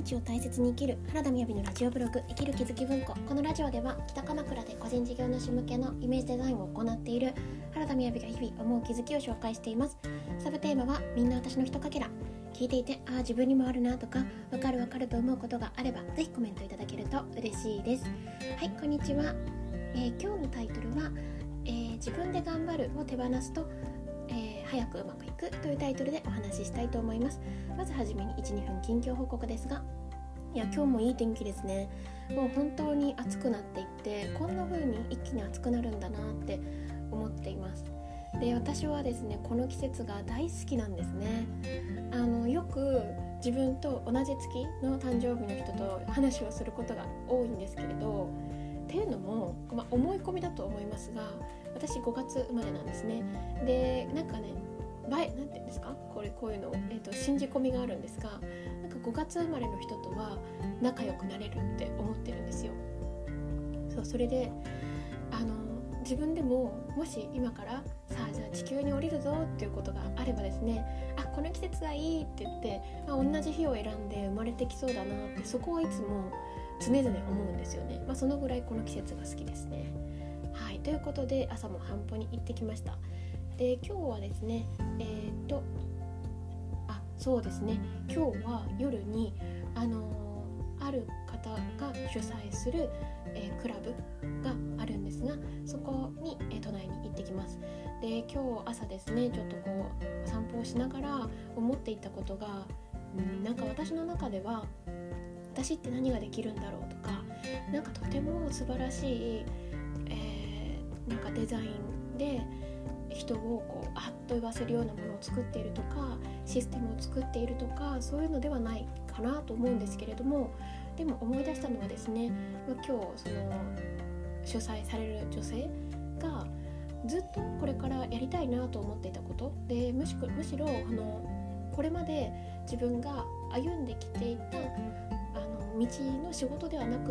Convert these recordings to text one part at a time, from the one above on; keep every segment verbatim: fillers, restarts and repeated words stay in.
日を大切に生きる原田みやびのラジオブログ、生きる気づき文庫。このラジオでは北鎌倉で個人事業主向けのイメージデザインを行っている原田みやびが日々思う気づきを紹介しています。サブテーマはみんな私のひとかけら。聞いていてああ自分にもあるなとか、わかるわかると思うことがあればぜひコメントいただけると嬉しいです。はい、こんにちは。えー、今日のタイトルは、えー、自分で頑張るを手放すとえー、早くうまくいくというタイトルでお話ししたいと思います。まずはじめに いち、にふん近況報告ですが、いや今日もいい天気ですね。もう本当に暑くなっていって、こんな風に一気に暑くなるんだなって思っています。で、私はですねこの季節が大好きなんですね。あのよく自分と同じ月の誕生日の人と話をすることが多いんですけれど、っていうのも、まあ、思い込みだと思いますが、私ごがつ生まれなんですね。で、なんかね、前なんていうんですか、これこういうの、えーと、信じ込みがあるんですが、なんかごがつ生まれの人とは仲良くなれるって思ってるんですよ。そう、それであの自分でももし今からさあじゃあ地球に降りるぞっていうことがあればですね、あこの季節がいいって言って、まあ、同じ日を選んで生まれてきそうだなって、そこはいつも常々思うんですよね。まあ、そのぐらいこの季節が好きですね。はい、ということで朝も散歩に行ってきました。で、今日はですね、えー、っとあそうですね今日は夜にあのー、ある方が主催する、えー、クラブがあるんですが、そこに、えー、都内に行ってきます。で、今日朝ですねちょっとこう散歩をしながら思っていたことが、うん、なんか私の中では私って何ができるんだろうとか、なんかとても素晴らしい、えー、なんかデザインで人をこうあっと言わせるようなものを作っているとか、システムを作っているとか、そういうのではないかなと思うんですけれども、でも思い出したのはですね、今日その主催される女性がずっとこれからやりたいなと思っていたことで、むしろ、むしろあのこれまで自分が歩んできていた道の仕事ではなくって、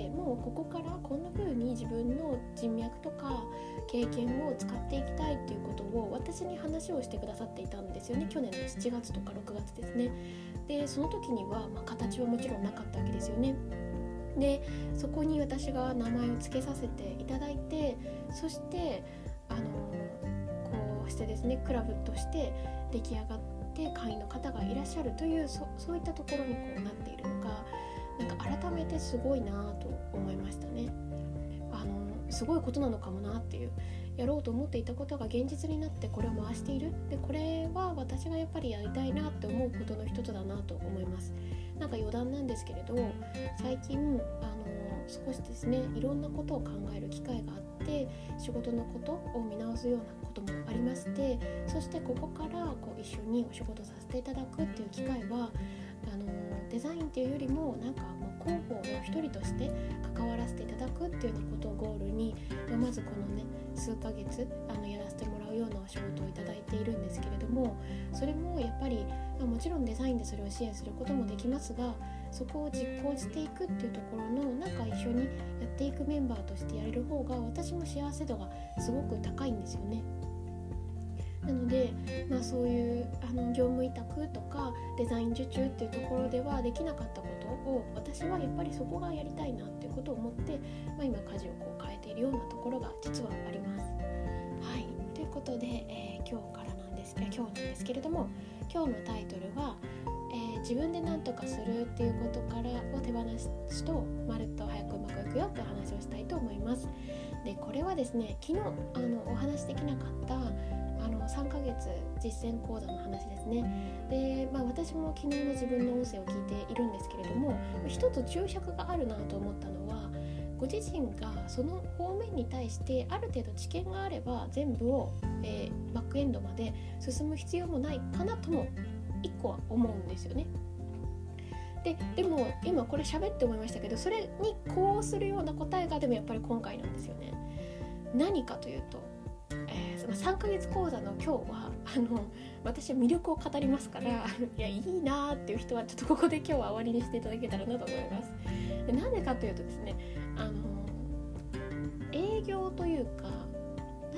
もうここからこんな風に自分の人脈とか経験を使っていきたいっていうことを私に話をしてくださっていたんですよね。去年のしちがつとかろくがつですね。で、その時には、まあ、形はもちろんなかったわけですよね。で、そこに私が名前を付けさせていただいて、そしてあのこうしてですねクラブとして出来上がって会員の方がいらっしゃるという そ, そういったところにこうなっているのが、なんか改めてすごいなと思いましたね。あのすごいことなのかもなっていう、やろうと思っていたことが現実になってこれを回している。で、これは私がやっぱりやりたいなって思うことの一つだなと思います。なんか余談なんですけれど、最近あの少しですねいろんなことを考える機会があって、仕事のことを見直すようなこともありまして、そしてここからこう一緒にお仕事させていただくっていう機会は、あのデザインっていうよりもなんかもう広報の一人として関わらせていただくっていうようなことをゴールに、まあ、まずこのね数ヶ月あのやらせてもらうようなお仕事をいただいているんですけれども、それもやっぱり、まあ、もちろんデザインでそれを支援することもできますが、そこを実行していくっていうところのなんか一緒にやっていくメンバーとしてやれる方が私も幸せ度がすごく高いんですよね。なので、まあ、そういうあの業務委託とかデザイン受注っていうところではできなかったことを、私はやっぱりそこがやりたいなっていうことを思って、まあ、今舵をこう変えているようなところが実はあります。はい、ということで、えー、今日からなんです今日なんですけれども、今日のタイトルは、えー、自分で何とかするっていうことからを手放すとまるっと早くうまくいくよって話をしたいと思います。で、これはですね昨日あのお話できなかったあのさんかげつ実践講座の話ですね。で、まあ、私も昨日の自分の音声を聞いているんですけれども、一つ注釈があるなと思ったのは、ご自身がその方面に対してある程度知見があれば全部を、えー、バックエンドまで進む必要もないかなとも一個は思うんですよね。で, でも今これ喋って思いましたけど、それにこうするような答えがでもやっぱり今回なんですよね。何かというと、えー、そのさんかげつ講座の今日はあの私は魅力を語りますからいやいいなーっていう人はちょっとここで今日は終わりにしていただけたらなと思います。で、なぜかというとですね、あの営業というかなんか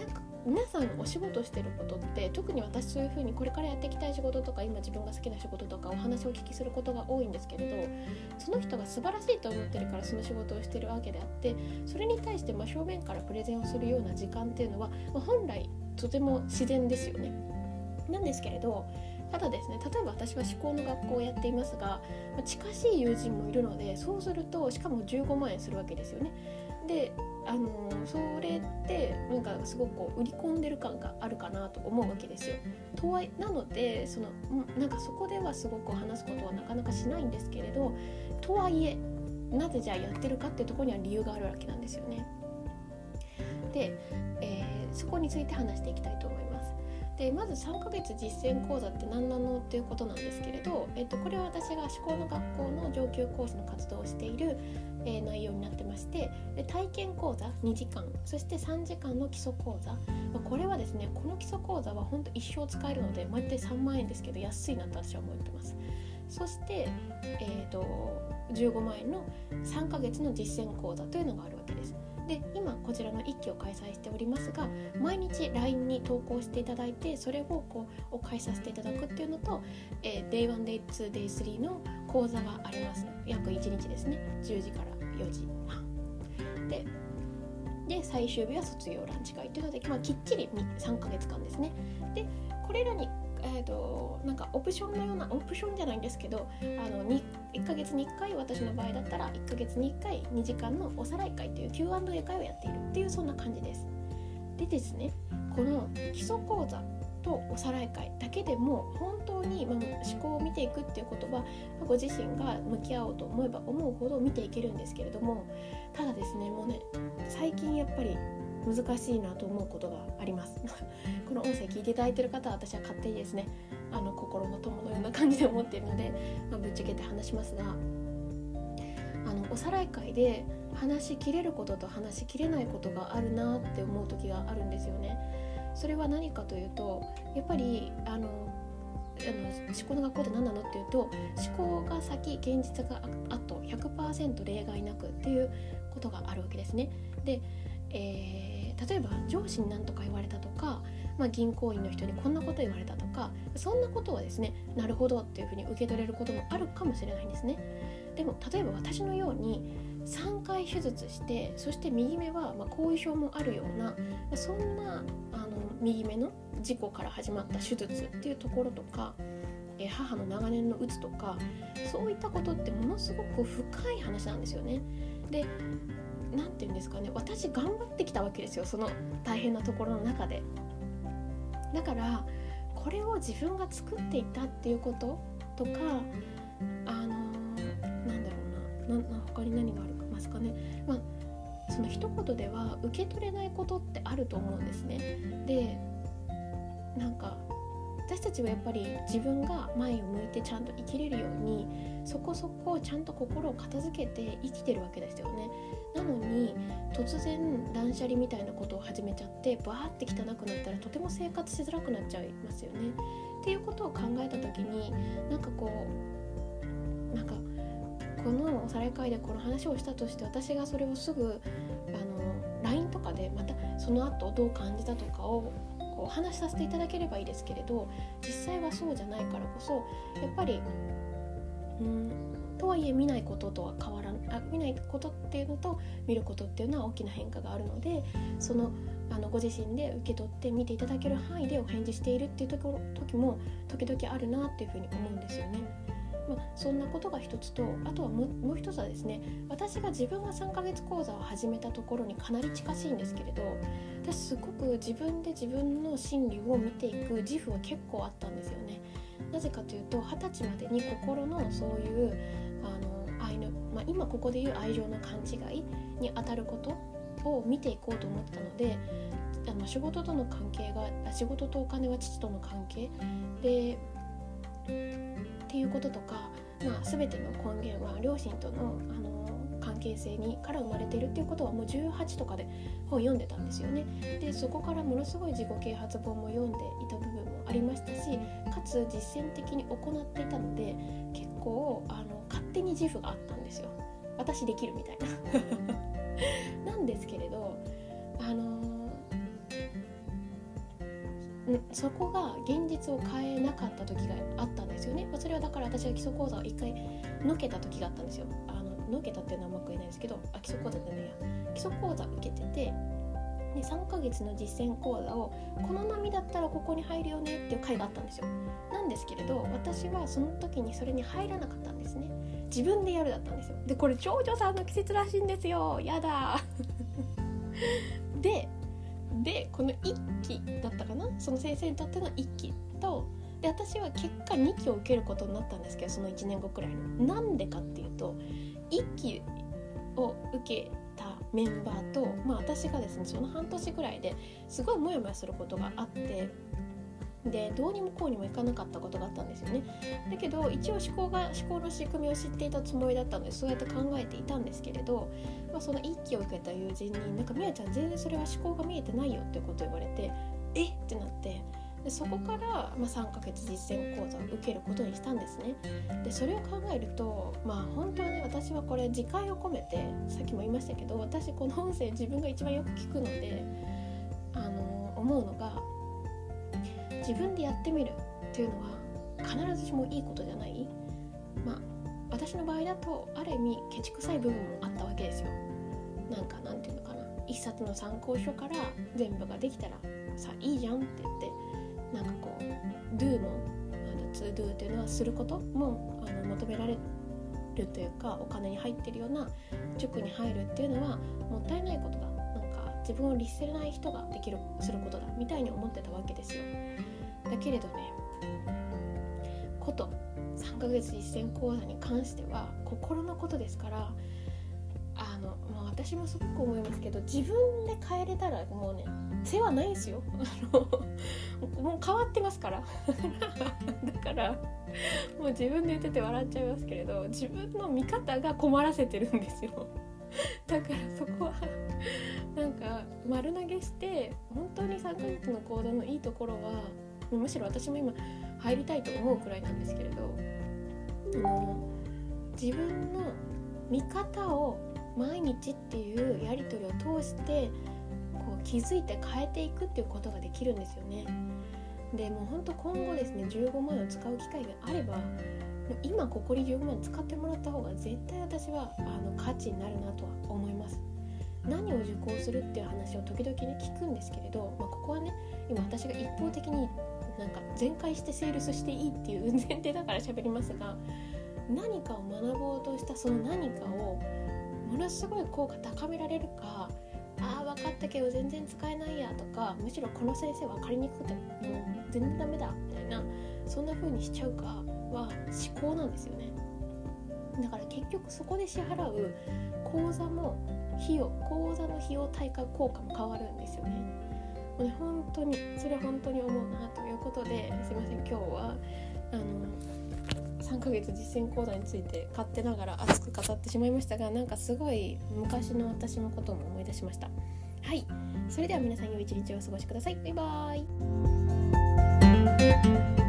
皆さんお仕事してることって、特に私そういう風にこれからやっていきたい仕事とか今自分が好きな仕事とかお話をお聞きすることが多いんですけれど、その人が素晴らしいと思ってるからその仕事をしてるわけであって、それに対して真正面からプレゼンをするような時間っていうのは、まあ、本来とても自然ですよね。なんですけれど、ただですね、例えば私は思考の学校をやっていますが、まあ、近しい友人もいるので、そうするとしかもじゅうごまんえんするわけですよね。で、あのー、それってなんかすごくこう売り込んでる感があるかなと思うわけですよ。とはなのでそのなんかそこではすごく話すことはなかなかしないんですけれど、とはいえなぜじゃあやってるかっていうところには理由があるわけなんですよね。で、えー、そこについて話していきたいと思います。で、まずさんかげつ実践講座って何なのっていうことなんですけれど、えっと、これは私が思考の学校の上級コースの活動をしている、えー、内容になってまして、で体験講座にじかん、そしてさんじかんの基礎講座、まあ、これはですね、この基礎講座は本当一生使えるので毎回さんまんえんですけど安いなと私は思ってます。そして、えー、とじゅうごまんえんのさんかげつの実践講座というのがあるわけです。で、今こちらのいっきを開催しておりますが、毎日 ライン に投稿していただいて、それをこうお返しさせていただくっていうのと、えー、デイワン、デイツー、デイスリー の講座があります。約いちにちですね、じゅうじからよじはんで、で最終日は卒業ランチ会というので、まあ、きっちりさんかげつかんですね。で、これらにえーと、なんかオプションのような、オプションじゃないんですけど、あのいっかげつにいっかい、私の場合だったらいっかげつにいっかいにじかんのおさらい会という キューアンドエー 会をやっているっていう、そんな感じです。でですね、この基礎講座とおさらい会だけでも本当に、まあ、思考を見ていくっていうことは、ご自身が向き合おうと思えば思うほど見ていけるんですけれども、ただですね、もうね、最近やっぱり難しいなと思うことがありますこの音声聞いていただいている方は、私は勝手にですね、あの心の友のような感じで思っているので、まあ、ぶっちゃけて話しますが、あのおさらい会で話しきれることと話しきれないことがあるなって思う時があるんですよね。それは何かというと、やっぱりあのあの思考の学校って何なのっていうと、思考が先、現実が後、 ひゃくパーセント 例外なくっていうことがあるわけですね。で、えー、例えば上司に何とか言われたとか、まあ、銀行員の人にこんなこと言われたとか、そんなことはですね、なるほどっていうふうに受け取れることもあるかもしれないんですね。でも例えば私のようにさんかい手術して、そして右目はまあ後遺症もあるような、そんなあの右目の事故から始まった手術っていうところとか、え母の長年のうつとか、そういったことってものすごく深い話なんですよね。で、なんていうんですかね、私頑張ってきたわけですよ、その大変なところの中で。だからこれを自分が作っていたっていうこととか、あのー、なんだろうな、な他に何があるかますかね、まあ、その一言では受け取れないことってあると思うんですね。で、なんか私たちはやっぱり自分が前を向いてちゃんと生きれるように、そこそこちゃんと心を片付けて生きてるわけですよね。なのに突然断捨離みたいなことを始めちゃって、バーって汚くなったらとても生活しづらくなっちゃいますよね。っていうことを考えた時に、なんかこうなんかこのおさらい会でこの話をしたとして、私がそれをすぐあの ライン とかでまたその後どう感じたとかをお話しさせていただければいいですけれど、実際はそうじゃないからこそ、やっぱりうんとはいえ見ないこととは変わらんあ見ないことっていうのと見ることっていうのは大きな変化があるので、そのあのご自身で受け取って見ていただける範囲でお返事しているっていうところ時も時々あるなっていうふうに思うんですよね。まあ、そんなことが一つと、あとはもう、もう一つはですね、私が自分がさんかげつ講座を始めたところにかなり近しいんですけれど、私すごく自分で自分の心理を見ていく自負は結構あったんですよね。なぜかというと、はたちまでに心のそういうあの愛の、まあ、今ここでいう愛情の勘違いに当たることを見ていこうと思ったので、あの仕事との関係が仕事とお金は父との関係でっていうこととか、まあ、全ての根源は両親との、あの関係性にから生まれているっていうことはもうじゅうはちとかで本読んでたんですよね。で、そこからものすごい自己啓発本も読んでいた部分もありましたし、かつ実践的に行っていたので、結構あの勝手に自負があったんですよ。私できるみたいななんですけれど、あのそこが現実を変えなかった時があったんですよね。それはだから私が基礎講座を一回のけた時があったんですよ。あののけたっていうのはうまく言えないですけど、あ基礎講座ってね基礎講座受けてて、でさんかげつの実践講座をこの波だったらここに入るよねっていう回があったんですよ。なんですけれど私はその時にそれに入らなかったんですね。自分でやるだったんですよ。でこれ長女さんの季節らしいんですよ。やだででこのいっきだったかな、その先生にとってのいっきと、で私は結果にきを受けることになったんですけど、そのいちねんごくらいのなんでかっていうと、いっきを受けたメンバーと、まあ、私がですねその半年ぐらいですごいモヤモヤすることがあって、でどうにもこうにもいかなかったことがあったんですよね。だけど一応思考が思考の仕組みを知っていたつもりだったのでそうやって考えていたんですけれど、まあ、そのいっきを受けた友人になんかみやちゃん全然それは思考が見えてないよってことを言われて、えってなって、でそこから、まあ、さんかげつ実践講座を受けることにしたんですね。でそれを考えると、まあ本当はね私はこれ自戒を込めて、さっきも言いましたけど私この音声自分が一番よく聞くので、あの思うのが、自分でやってみるっていうのは必ずしもいいことじゃない。まあ私の場合だとある意味ケチくさい部分もあったわけですよ。なんかなんていうのかな、一冊の参考書から全部ができたらさいいじゃんって言って、なんかこう do もあの to do っていうのはすることもあの求められるというか、お金に入ってるような塾に入るっていうのはもったいないことだ、なんか自分を律せない人ができるすることだみたいに思ってたわけですよ。だけれどね、ことさんかげつ実践講座に関しては心のことですから、あの、まあ、私もすごく思いますけど、自分で変えれたらもうね世話ないですよもう変わってますからだからもう自分で言ってて笑っちゃいますけれど、自分の見方が困らせてるんですよだからそこはなんか丸投げして、本当にさんかげつの講座のいいところはむしろ私も今入りたいと思うくらいなんですけれど、あの自分の見方を毎日っていうやり取りを通してこう気づいて変えていくっていうことができるんですよね。でもう本当今後ですねじゅうごまんを使う機会があれば、今ここにじゅうごまん使ってもらった方が絶対私はあの価値になるなとは思います。何を受講するっていう話を時々ね聞くんですけれど、まあ、ここはね今私が一方的になんか全開してセールスしていいっていう前提だから喋りますが、何かを学ぼうとしたその何かをものすごい効果高められるか、ああ分かったけど全然使えないやとか、むしろこの先生分かりにくくてもう全然ダメだみたいな、そんな風にしちゃうかは思考なんですよね。だから結局そこで支払う講座も費用講座の費用対価効果も変わるんですよね。もうね本当にそれ本当に思うなということで、すいません今日はあのさんかげつ実践講座について勝手ながら熱く語ってしまいましたが、なんかすごい昔の私のことも思い出しました。はい、それでは皆さん良い一日をお過ごしください。バイバーイ。